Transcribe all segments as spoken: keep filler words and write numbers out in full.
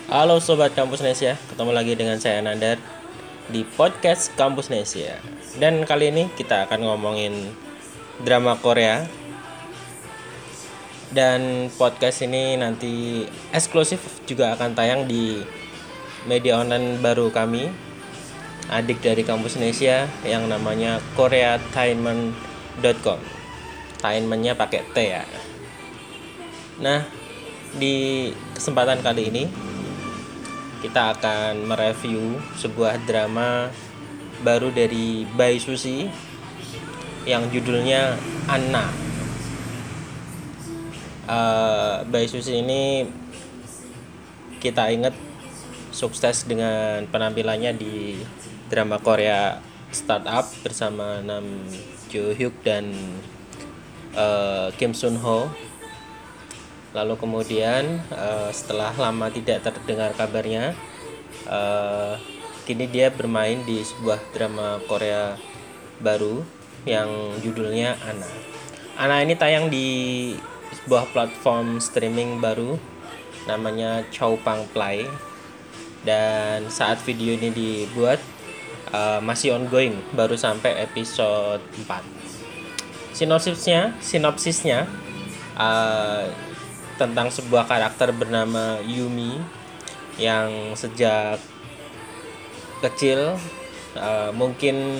Halo Sobat Kampus Nesia, ketemu lagi dengan saya Nandar di podcast Kampus Nesia. Dan kali ini kita akan ngomongin drama Korea. Dan podcast ini nanti eksklusif juga akan tayang di media online baru kami, adik dari Kampus Nesia yang namanya koreatainment dot com. Tainmentnya pakai T ya. Nah, di kesempatan kali ini kita akan mereview sebuah drama baru dari Bae Suzy yang judulnya Anna. Uh, Bae Suzy ini kita ingat sukses dengan penampilannya di drama Korea Startup bersama Nam Jo Hyuk dan uh, Kim Sun Ho. Lalu kemudian uh, setelah lama tidak terdengar kabarnya, uh, kini dia bermain di sebuah drama Korea baru yang judulnya Anna. Anna ini tayang di sebuah platform streaming baru namanya Choupang Play, dan saat video ini dibuat uh, masih ongoing, baru sampai episode empat. Sinopsisnya, sinopsisnya uh, tentang sebuah karakter bernama Yumi yang sejak kecil, uh, mungkin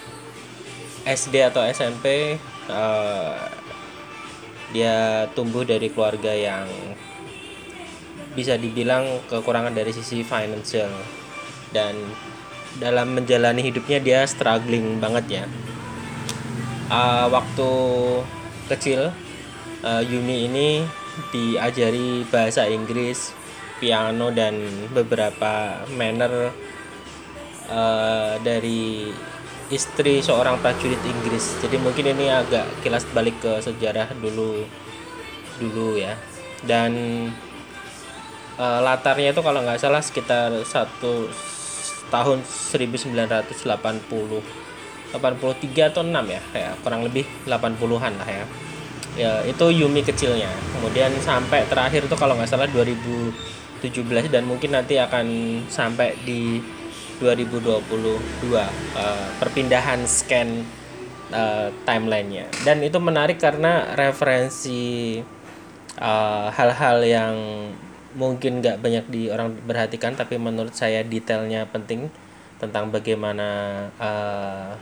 S D atau S M P, uh, dia tumbuh dari keluarga yang bisa dibilang kekurangan dari sisi financial, dan dalam menjalani hidupnya dia struggling banget ya. Uh, waktu kecil, uh, Yumi ini diajari bahasa Inggris, piano, dan beberapa manner uh, dari istri seorang prajurit Inggris. Jadi mungkin ini agak kilas balik ke sejarah dulu dulu ya. Dan uh, latarnya itu kalau nggak salah sekitar satu tahun seribu sembilan ratus delapan puluh delapan puluh tiga atau enam ya, kayak kurang lebih delapan puluhan lah ya. Ya, itu Yumi kecilnya. Kemudian sampai terakhir itu kalau nggak salah dua ribu tujuh belas, dan mungkin nanti akan sampai di dua ribu dua puluh dua, uh, perpindahan scan uh, timelinenya. Dan itu menarik karena referensi uh, hal-hal yang mungkin nggak banyak di orang perhatikan, tapi menurut saya detailnya penting, tentang bagaimana uh,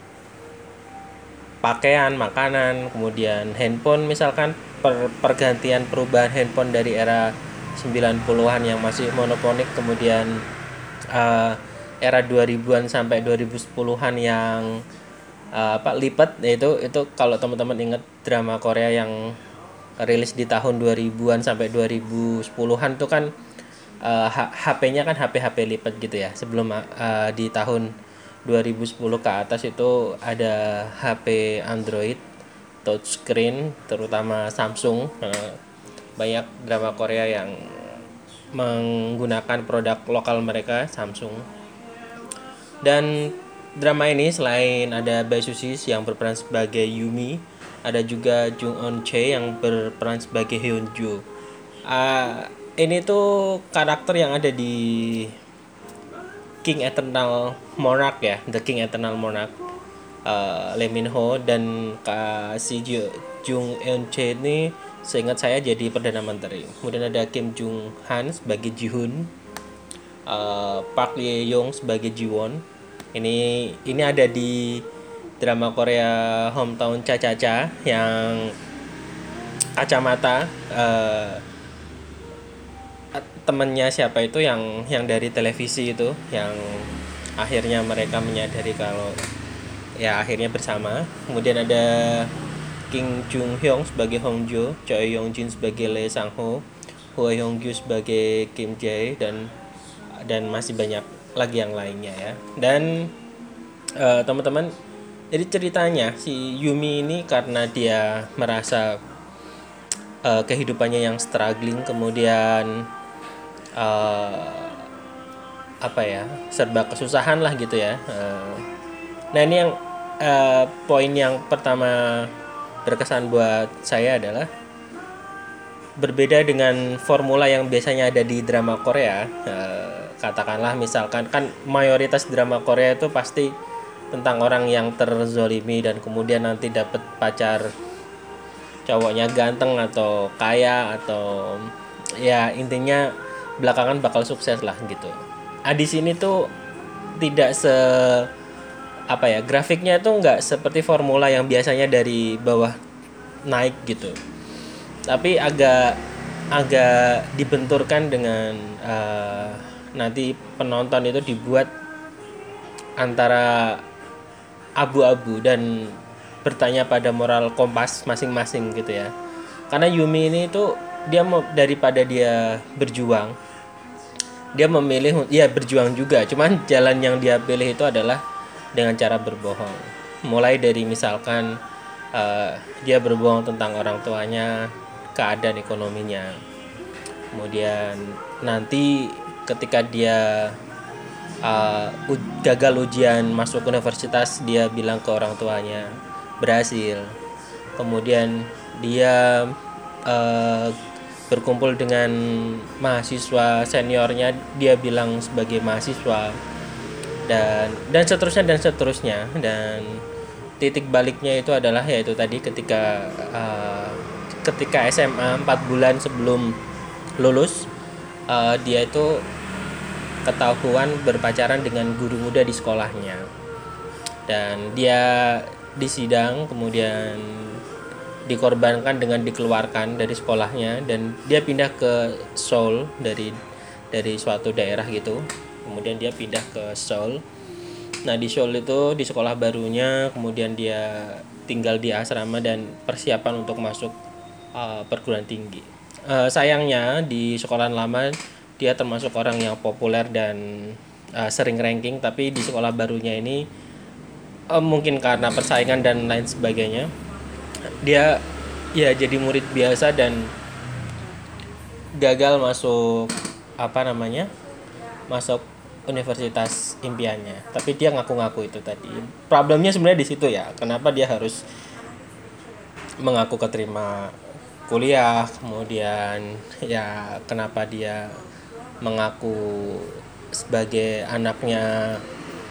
pakaian, makanan, kemudian handphone, misalkan per, pergantian perubahan handphone dari era sembilan puluhan yang masih monoponik, kemudian uh, era dua ribuan sampai dua ribu sepuluhan yang uh, apa lipat, itu itu kalau teman-teman ingat drama Korea yang rilis di tahun dua ribuan sampai dua ribu sepuluhan itu kan uh, H P-nya kan H P-H P lipat gitu ya. Sebelum uh, di tahun dua ribu sepuluh ke atas itu ada H P Android touchscreen, terutama Samsung. Banyak drama Korea yang menggunakan produk lokal mereka, Samsung. Dan drama ini selain ada Bae Suzy yang berperan sebagai Yumi, ada juga Jung Eun Chae yang berperan sebagai Hyun Jo. Uh, ini tuh karakter yang ada di King Eternal Monarch ya, The King Eternal Monarch. Uh, Lee Min Ho dan Kak si Jung Eun Chae ini seingat saya jadi Perdana Menteri. Kemudian ada Kim Jung Han sebagai Ji Hoon, uh, Park Ye Young sebagai Ji Won. Ini ini ada di drama Korea Hometown Cha Cha Cha yang kacamata, uh, temennya siapa itu yang yang dari televisi itu, yang akhirnya mereka menyadari kalau ya akhirnya bersama. Kemudian ada Kim Jung Hyung sebagai Hong Jo, Choi Yong Jin sebagai Lee Sang Ho, Hwa Hyung Gyu sebagai Kim Jae, dan dan masih banyak lagi yang lainnya ya. Dan uh, teman-teman, jadi ceritanya si Yumi ini karena dia merasa uh, kehidupannya yang struggling, kemudian uh, apa ya, serba kesusahan lah gitu ya. Uh, nah ini yang uh, poin yang pertama berkesan buat saya adalah berbeda dengan formula yang biasanya ada di drama Korea. Eh, katakanlah misalkan kan mayoritas drama Korea itu pasti tentang orang yang terzolimi dan kemudian nanti dapat pacar cowoknya ganteng atau kaya atau ya intinya belakangan bakal sukses lah gitu. Ah di sini tuh tidak se apa ya, grafiknya itu nggak seperti formula yang biasanya dari bawah naik gitu, tapi agak agak dibenturkan dengan uh, nanti penonton itu dibuat antara abu-abu dan bertanya pada moral kompas masing-masing gitu ya. Karena Yumi ini itu dia mau daripada dia berjuang, dia memilih ya berjuang juga, cuman jalan yang dia pilih itu adalah dengan cara berbohong. Mulai dari misalkan uh, dia berbohong tentang orang tuanya, keadaan ekonominya. Kemudian nanti ketika dia uh, gagal ujian masuk universitas, dia bilang ke orang tuanya berhasil. Kemudian dia uh, berkumpul dengan mahasiswa seniornya, dia bilang sebagai mahasiswa, dan dan seterusnya dan seterusnya. Dan titik baliknya itu adalah yaitu tadi ketika uh, ketika S M A empat bulan sebelum lulus, uh, dia itu ketahuan berpacaran dengan guru muda di sekolahnya, dan dia disidang kemudian dikorbankan dengan dikeluarkan dari sekolahnya, dan dia pindah ke Seoul dari dari suatu daerah gitu. Kemudian dia pindah ke Seoul. Nah di Seoul itu di sekolah barunya, kemudian dia tinggal di asrama dan persiapan untuk masuk uh, perguruan tinggi. Uh, sayangnya di sekolah lama dia termasuk orang yang populer dan uh, sering ranking, tapi di sekolah barunya ini uh, mungkin karena persaingan dan lain sebagainya, dia ya jadi murid biasa dan gagal masuk apa namanya masuk universitas impiannya. Tapi dia ngaku-ngaku itu tadi. Problemnya sebenarnya di situ ya. Kenapa dia harus mengaku keterima kuliah, kemudian ya kenapa dia mengaku sebagai anaknya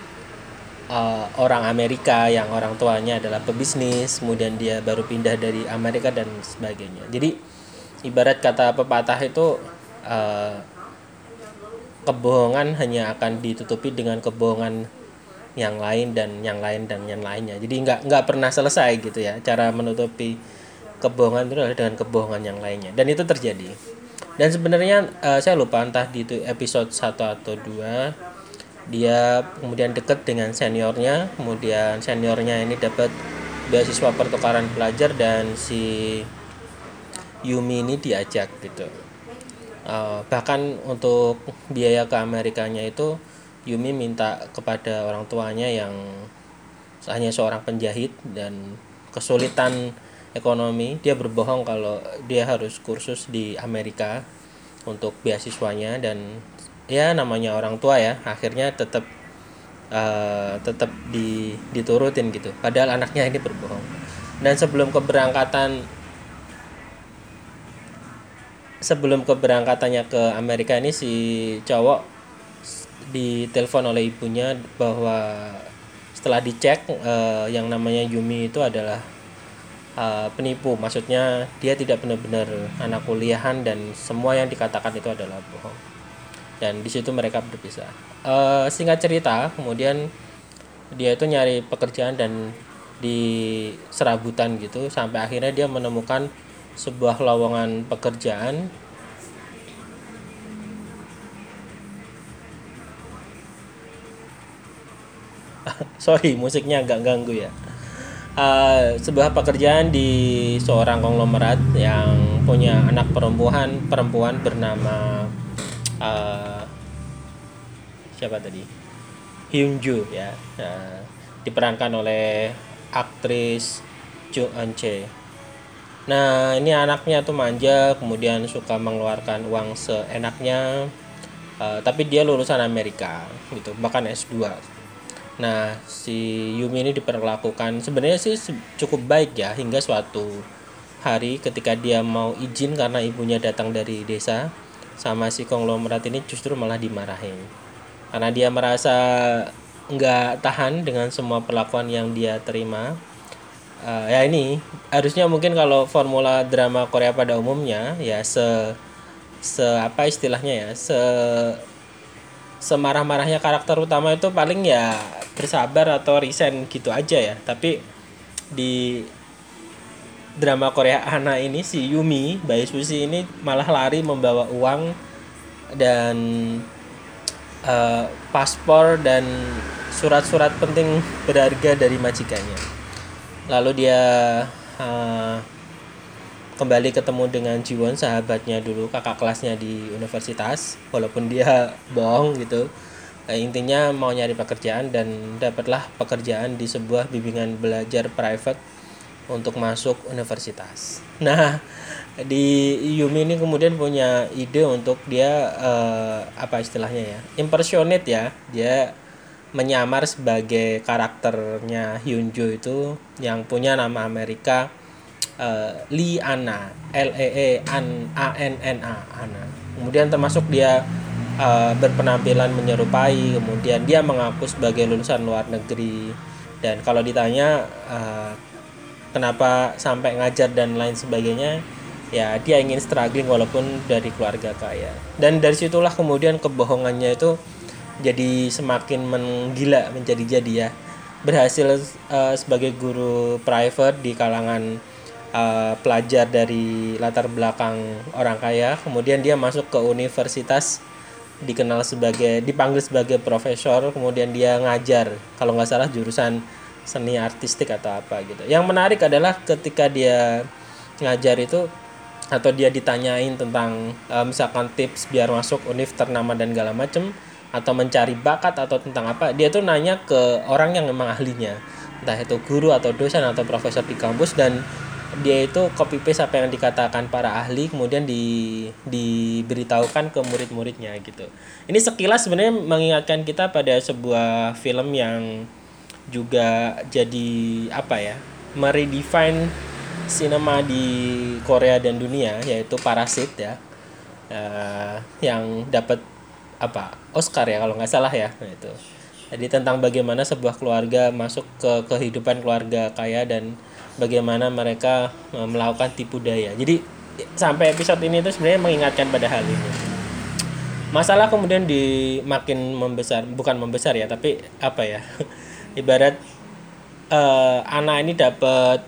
Uh, orang Amerika yang orang tuanya adalah pebisnis, kemudian dia baru pindah dari Amerika dan sebagainya. Jadi ibarat kata pepatah itu, uh, kebohongan hanya akan ditutupi dengan kebohongan yang lain dan yang lain dan yang lainnya. Jadi nggak nggak pernah selesai gitu ya. Cara menutupi kebohongan itu adalah dengan kebohongan yang lainnya, dan itu terjadi. Dan sebenarnya uh, saya lupa entah di episode satu atau dua, dia kemudian dekat dengan seniornya, kemudian seniornya ini dapat beasiswa pertukaran pelajar dan si Yumi ini diajak gitu. Uh, bahkan untuk biaya ke Amerikanya itu Yumi minta kepada orang tuanya yang hanya seorang penjahit dan kesulitan ekonomi. Dia berbohong kalau dia harus kursus di Amerika untuk beasiswanya, dan ya namanya orang tua ya, akhirnya tetap uh, tetap di, diturutin gitu, padahal anaknya ini berbohong. Dan sebelum keberangkatan sebelum keberangkatannya ke Amerika ini, si cowok ditelepon oleh ibunya bahwa setelah dicek uh, yang namanya Yumi itu adalah uh, penipu. Maksudnya dia tidak benar-benar anak kuliahan dan semua yang dikatakan itu adalah bohong. Dan di situ mereka berpisah. Uh, singkat cerita, kemudian dia itu nyari pekerjaan dan di serabutan gitu, sampai akhirnya dia menemukan sebuah lowongan pekerjaan sorry musiknya agak ganggu ya. Uh, sebuah pekerjaan di seorang konglomerat yang punya anak perempuan perempuan bernama Uh, siapa tadi? Hyunju ya, uh, diperankan oleh aktris Jung Eun Chae. Nah ini anaknya tuh manja, kemudian suka mengeluarkan uang seenaknya, uh, tapi dia lulusan Amerika gitu, bahkan S dua. Nah si Yumi ini diperlakukan sebenarnya sih cukup baik ya, hingga suatu hari ketika dia mau izin karena ibunya datang dari desa, sama si konglomerat ini justru malah dimarahin karena dia merasa nggak tahan dengan semua perlakuan yang dia terima. Uh, ya ini harusnya mungkin kalau formula drama Korea pada umumnya ya se se apa istilahnya ya se semarah-marahnya karakter utama itu paling ya bersabar atau resign gitu aja ya. Tapi di drama Korea Hana ini si Yumi Bae Suzy ini malah lari membawa uang dan uh, paspor dan surat-surat penting berharga dari majikannya. Lalu dia uh, kembali ketemu dengan Jiwon, sahabatnya dulu, kakak kelasnya di universitas, walaupun dia bohong gitu. Nah, intinya mau nyari pekerjaan dan dapatlah pekerjaan di sebuah bimbingan belajar private untuk masuk universitas. Nah, di Yumi ini kemudian punya ide untuk dia uh, apa istilahnya ya, impersonate ya, dia menyamar sebagai karakternya Hyunjo itu yang punya nama Amerika, Uh, Lee Anna, L E E A N N A, Anna. Kemudian termasuk dia uh, berpenampilan menyerupai, kemudian dia mengaku sebagai lulusan luar negeri, dan kalau ditanya uh, kenapa sampai ngajar dan lain sebagainya, ya dia ingin struggling walaupun dari keluarga kaya. Dan dari situlah kemudian kebohongannya itu jadi semakin menggila, menjadi-jadi ya. Berhasil uh, sebagai guru private di kalangan Uh, pelajar dari latar belakang orang kaya, kemudian dia masuk ke universitas, dikenal sebagai dipanggil sebagai profesor, kemudian dia ngajar kalau nggak salah jurusan seni artistik atau apa gitu. Yang menarik adalah ketika dia ngajar itu atau dia ditanyain tentang uh, misalkan tips biar masuk univ ternama dan segala macem, atau mencari bakat atau tentang apa, dia tuh nanya ke orang yang memang ahlinya, entah itu guru atau dosen atau profesor di kampus, dan dia itu copy paste apa yang dikatakan para ahli kemudian di diberitahukan ke murid-muridnya gitu. Ini sekilas sebenarnya mengingatkan kita pada sebuah film yang juga jadi apa ya, meredefine sinema di Korea dan dunia, yaitu Parasit ya, uh, yang dapat apa Oscar ya kalau nggak salah ya. Nah, itu jadi tentang bagaimana sebuah keluarga masuk ke kehidupan keluarga kaya dan bagaimana mereka melakukan tipu daya. Jadi sampai episode ini tuh sebenarnya mengingatkan pada hal ini. Masalah kemudian di makin membesar, bukan membesar ya, tapi apa ya? Ibarat uh, anak ini dapat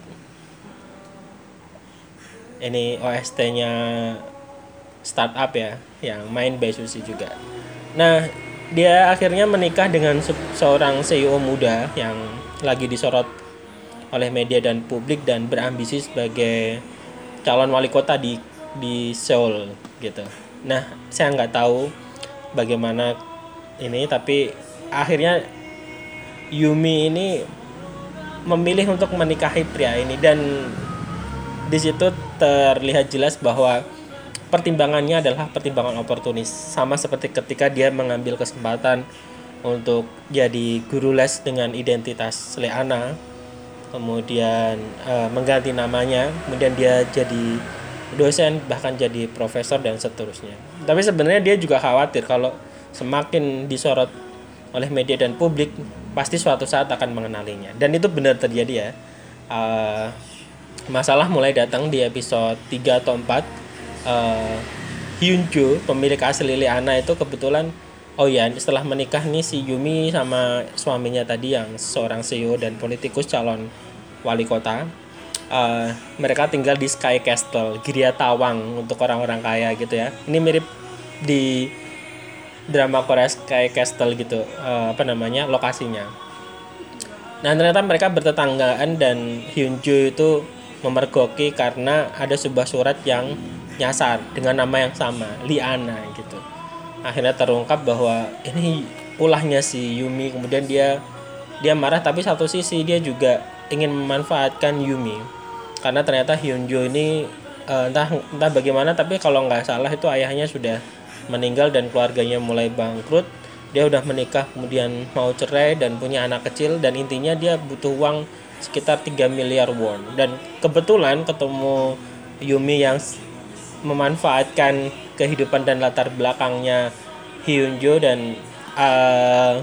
ini O S T-nya startup ya, yang main Bae Suzy juga. Nah, dia akhirnya menikah dengan se- seorang C E O muda yang lagi disorot oleh media dan publik dan berambisi sebagai calon wali kota di di Seoul gitu. Nah, saya nggak tahu bagaimana ini, tapi akhirnya Yumi ini memilih untuk menikahi pria ini, dan di situ terlihat jelas bahwa pertimbangannya adalah pertimbangan oportunis, sama seperti ketika dia mengambil kesempatan untuk jadi guru les dengan identitas Leana, kemudian uh, mengganti namanya, kemudian dia jadi dosen, bahkan jadi profesor dan seterusnya. Tapi sebenarnya dia juga khawatir kalau semakin disorot oleh media dan publik, pasti suatu saat akan mengenalinya. Dan itu benar terjadi ya. Uh, masalah mulai datang di episode tiga atau empat. uh, Hyunjo, pemilik asli Leana itu kebetulan, oh ya, setelah menikah nih si Yumi sama suaminya tadi yang seorang C E O dan politikus calon wali kota, uh, mereka tinggal di Sky Castle, Gria Tawang untuk orang-orang kaya gitu ya. Ini mirip di drama Korea Sky Castle gitu, uh, apa namanya, lokasinya. Nah, ternyata mereka bertetanggaan dan Hyunjo itu memergoki karena ada sebuah surat yang nyasar dengan nama yang sama, Liana gitu. Akhirnya terungkap bahwa ini ulahnya si Yumi, kemudian dia dia marah, tapi satu sisi dia juga ingin memanfaatkan Yumi karena ternyata Hyunjo ini uh, entah entah bagaimana, tapi kalau nggak salah itu ayahnya sudah meninggal dan keluarganya mulai bangkrut. Dia udah menikah kemudian mau cerai dan punya anak kecil, dan intinya dia butuh uang sekitar tiga miliar won. Dan kebetulan ketemu Yumi yang memanfaatkan kehidupan dan latar belakangnya Hyunjo, dan uh,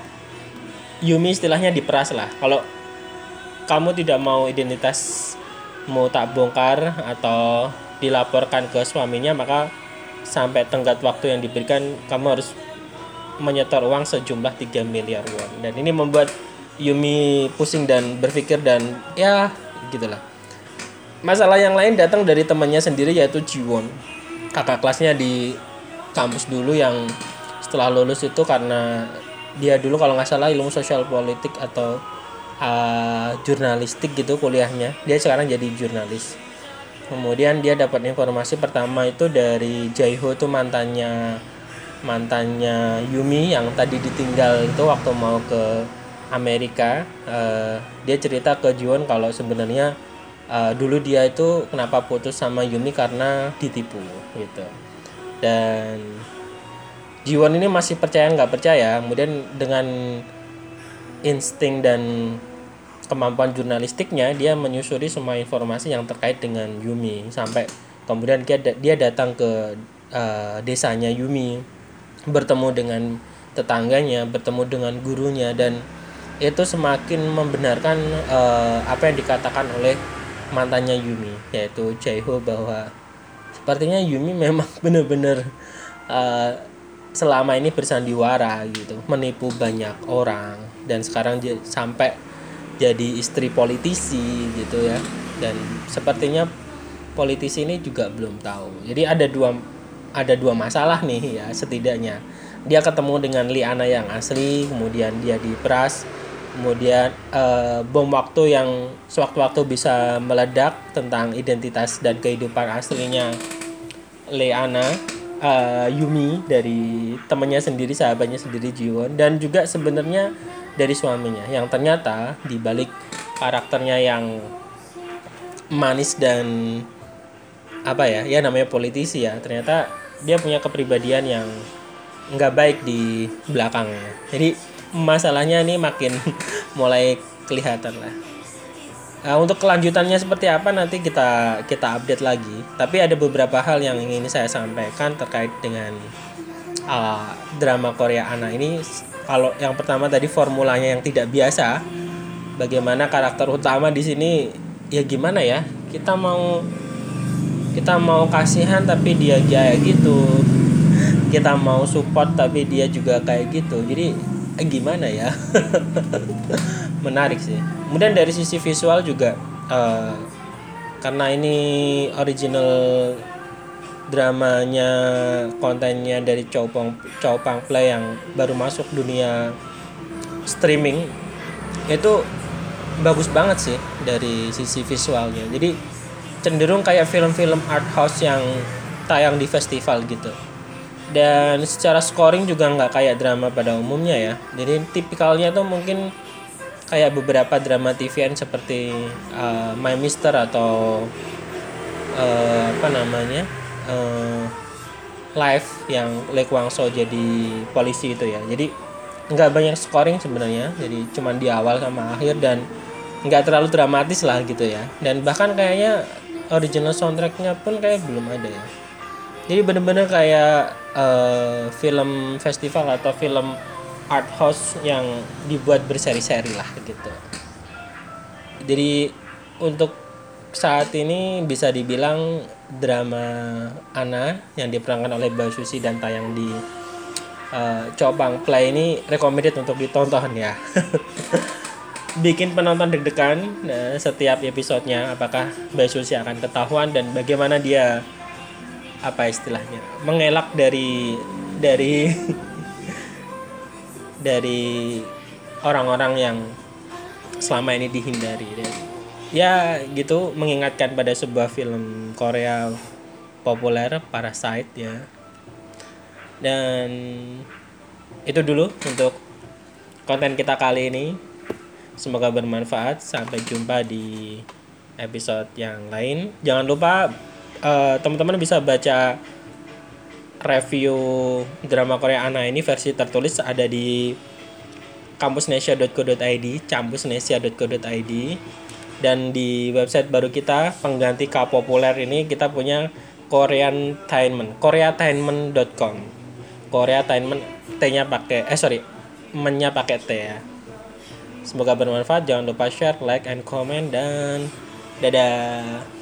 Yumi istilahnya diperas lah. Kalau kamu tidak mau identitasmu tak bongkar atau dilaporkan ke suaminya, maka sampai tenggat waktu yang diberikan kamu harus menyetor uang sejumlah tiga miliar won. Dan ini membuat Yumi pusing dan berpikir, dan ya gitulah. Masalah yang lain datang dari temannya sendiri, yaitu Jiwon, kakak kelasnya di kampus dulu, yang setelah lulus itu karena dia dulu kalau nggak salah ilmu sosial politik atau uh, jurnalistik gitu kuliahnya, dia sekarang jadi jurnalis. Kemudian dia dapat informasi pertama itu dari Jaeho, itu mantannya mantannya Yumi yang tadi ditinggal itu waktu mau ke Amerika. Uh, dia cerita ke Jiwon kalau sebenarnya uh, dulu dia itu kenapa putus sama Yumi karena ditipu gitu. Dan Jiwon ini masih percaya nggak percaya, kemudian dengan insting dan kemampuan jurnalistiknya dia menyusuri semua informasi yang terkait dengan Yumi, sampai kemudian dia dia datang ke uh, desanya Yumi, bertemu dengan tetangganya, bertemu dengan gurunya, dan itu semakin membenarkan uh, apa yang dikatakan oleh mantannya Yumi, yaitu Jaeho, bahwa sepertinya Yumi memang benar-benar uh, selama ini bersandiwara gitu, menipu banyak orang, dan sekarang dia sampai jadi istri politisi gitu ya. Dan sepertinya politisi ini juga belum tahu. Jadi ada dua ada dua masalah nih ya setidaknya. Dia ketemu dengan Liana yang asli, kemudian dia diperas, kemudian eh, bom waktu yang sewaktu-waktu bisa meledak tentang identitas dan kehidupan aslinya Liana, uh, Yumi dari temannya sendiri, sahabatnya sendiri Jiwon, dan juga sebenarnya dari suaminya yang ternyata di balik karakternya yang manis dan apa ya, ya namanya politisi ya, ternyata dia punya kepribadian yang nggak baik di belakangnya. Jadi masalahnya ini makin mulai kelihatan lah. Nah, untuk kelanjutannya seperti apa nanti kita kita update lagi. Tapi ada beberapa hal yang ingin saya sampaikan terkait dengan uh, drama Korea Ana ini. Kalau yang pertama tadi formulanya yang tidak biasa. Bagaimana karakter utama di sini ya gimana ya? Kita mau kita mau kasihan tapi dia kayak gitu. Kita mau support tapi dia juga kayak gitu. Jadi eh, gimana ya? Menarik sih. Kemudian dari sisi visual juga uh, karena ini original dramanya, kontennya dari Chowpang Chowpang Play yang baru masuk dunia streaming, itu bagus banget sih dari sisi visualnya. Jadi cenderung kayak film-film art house yang tayang di festival gitu. Dan secara scoring juga nggak kayak drama pada umumnya ya. Jadi tipikalnya tuh mungkin kayak beberapa drama T V N seperti uh, My Mister atau uh, apa namanya uh, Live yang Lee Kwang Soo jadi polisi itu ya. Jadi nggak banyak scoring sebenarnya. Jadi cuman di awal sama akhir, dan nggak terlalu dramatis lah gitu ya. Dan bahkan kayaknya original soundtracknya pun kayak belum ada ya. Jadi bener-bener kayak uh, film festival atau film art house yang dibuat berseri-seri lah gitu. Jadi untuk saat ini bisa dibilang drama Ana yang diperankan oleh Bae Suzy dan tayang di uh, Chowpang Play ini recommended untuk ditonton ya. Bikin penonton deg-degan nah, setiap episodenya, apakah Bae Suzy akan ketahuan dan bagaimana dia apa istilahnya mengelak dari dari dari orang-orang yang selama ini dihindari. Ya gitu, mengingatkan pada sebuah film Korea populer, Parasite ya. Dan itu dulu untuk konten kita kali ini. Semoga bermanfaat. Sampai jumpa di episode yang lain. Jangan lupa uh, teman-teman bisa baca review drama Korea Ana ini versi tertulis ada di kampusnesia dot co dot i d, campusnesia dot co dot i d. Dan di website baru kita pengganti K populer ini kita punya Koreantainment, koreatainment dot com. Koreatainment T-nya pakai eh sorry, men-nya pakai T ya. Semoga bermanfaat. Jangan lupa share, like, and comment, dan dadah.